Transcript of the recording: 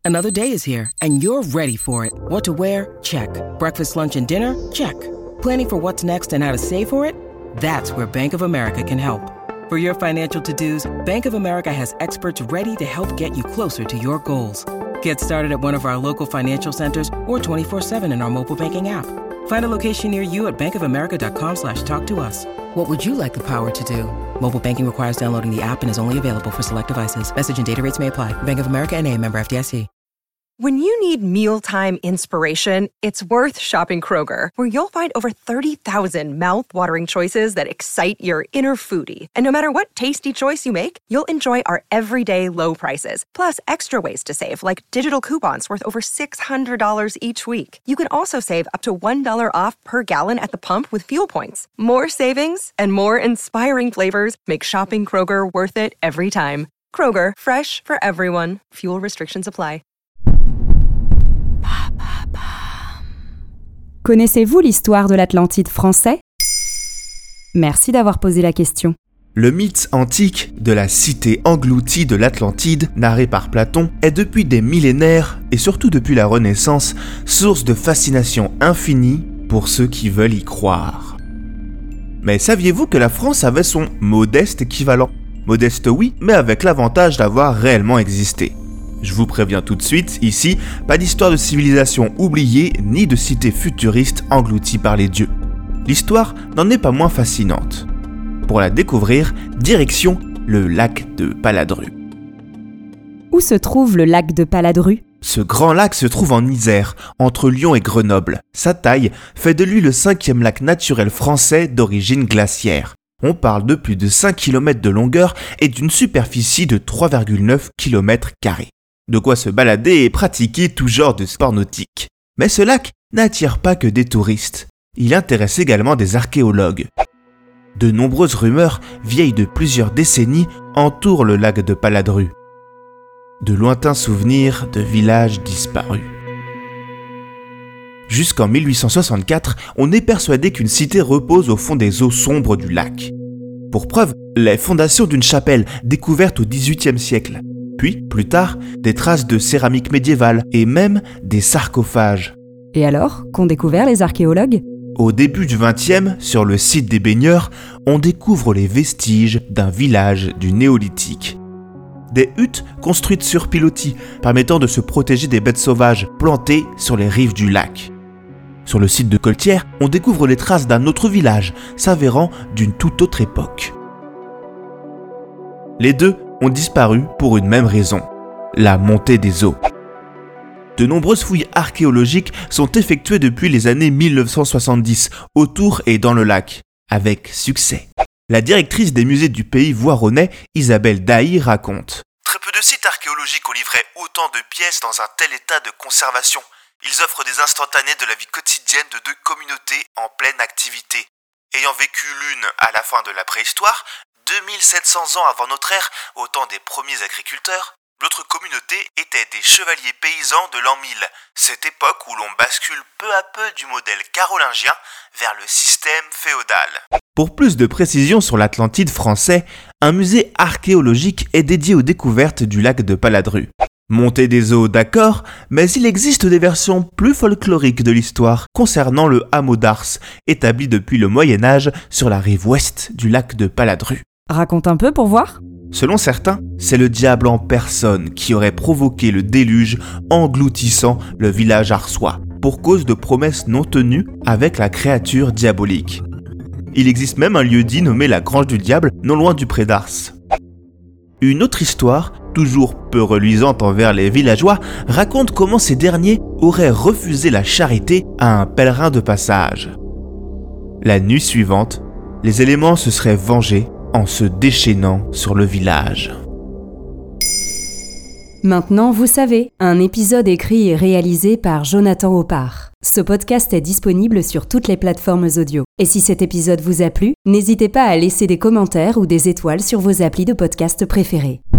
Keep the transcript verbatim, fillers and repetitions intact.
Another day is here, and you're ready for it. What to wear? Check. Breakfast, lunch, and dinner? Check. Planning for what's next and how to save for it? That's where Bank of America can help. For your financial to-dos, Bank of America has experts ready to help get you closer to your goals. Get started at one of our local financial centers or twenty-four seven in our mobile banking app. Find a location near you at bankofamerica.com slash talk to us. What would you like the power to do? Mobile banking requires downloading the app and is only available for select devices. Message and data rates may apply. Bank of America N A, member F D I C. When you need mealtime inspiration, it's worth shopping Kroger, where you'll find over thirty thousand mouth-watering choices that excite your inner foodie. And no matter what tasty choice you make, you'll enjoy our everyday low prices, plus extra ways to save, like digital coupons worth over six hundred dollars each week. You can also save up to one dollar off per gallon at the pump with fuel points. More savings and more inspiring flavors make shopping Kroger worth it every time. Kroger, fresh for everyone. Fuel restrictions apply. Connaissez-vous l'histoire de l'Atlantide français ? Merci d'avoir posé la question. Le mythe antique de la cité engloutie de l'Atlantide, narré par Platon, est depuis des millénaires, et surtout depuis la Renaissance, source de fascination infinie pour ceux qui veulent y croire. Mais saviez-vous que la France avait son modeste équivalent ? Modeste oui, mais avec l'avantage d'avoir réellement existé. Je vous préviens tout de suite, ici, pas d'histoire de civilisation oubliée ni de cité futuriste engloutie par les dieux. L'histoire n'en est pas moins fascinante. Pour la découvrir, direction le lac de Paladru. Où se trouve le lac de Paladru ? Ce grand lac se trouve en Isère, entre Lyon et Grenoble. Sa taille fait de lui le cinquième lac naturel français d'origine glaciaire. On parle de plus de cinq kilomètres de longueur et d'une superficie de trois virgule neuf kilomètres carrés. De quoi se balader et pratiquer tout genre de sport nautique. Mais ce lac n'attire pas que des touristes. Il intéresse également des archéologues. De nombreuses rumeurs, vieilles de plusieurs décennies, entourent le lac de Paladru. De lointains souvenirs de villages disparus. Jusqu'en mille huit cent soixante-quatre, on est persuadé qu'une cité repose au fond des eaux sombres du lac. Pour preuve, les fondations d'une chapelle découverte au dix-huitième siècle. Puis, plus tard, des traces de céramique médiévale et même des sarcophages. Et alors, qu'ont découvert les archéologues ? Au début du vingtième, sur le site des baigneurs, on découvre les vestiges d'un village du néolithique. Des huttes construites sur pilotis, permettant de se protéger des bêtes sauvages plantées sur les rives du lac. Sur le site de Coltières, on découvre les traces d'un autre village, s'avérant d'une toute autre époque. Les deux ont disparu pour une même raison, la montée des eaux. De nombreuses fouilles archéologiques sont effectuées depuis les années mille neuf cent soixante-dix, autour et dans le lac, avec succès. La directrice des musées du pays voironnais, Isabelle Dailly, raconte « Très peu de sites archéologiques ont livré autant de pièces dans un tel état de conservation. Ils offrent des instantanés de la vie quotidienne de deux communautés en pleine activité. Ayant vécu l'une à la fin de la préhistoire, deux mille sept cents ans avant notre ère, au temps des premiers agriculteurs, l'autre communauté était des chevaliers paysans de l'an mille, cette époque où l'on bascule peu à peu du modèle carolingien vers le système féodal. » Pour plus de précisions sur l'Atlantide français, un musée archéologique est dédié aux découvertes du lac de Paladru. Montée des eaux, d'accord, mais il existe des versions plus folkloriques de l'histoire concernant le hameau d'Ars, établi depuis le Moyen-Âge sur la rive ouest du lac de Paladru. Raconte un peu pour voir. Selon certains, c'est le diable en personne qui aurait provoqué le déluge engloutissant le village arsois, pour cause de promesses non tenues avec la créature diabolique. Il existe même un lieu-dit nommé la Grange du Diable, non loin du pré d'Ars. Une autre histoire, toujours peu reluisante envers les villageois, raconte comment ces derniers auraient refusé la charité à un pèlerin de passage. La nuit suivante, les éléments se seraient vengés en se déchaînant sur le village. Maintenant, vous savez, un épisode écrit et réalisé par Jonathan Oppard. Ce podcast est disponible sur toutes les plateformes audio. Et si cet épisode vous a plu, n'hésitez pas à laisser des commentaires ou des étoiles sur vos applis de podcast préférés.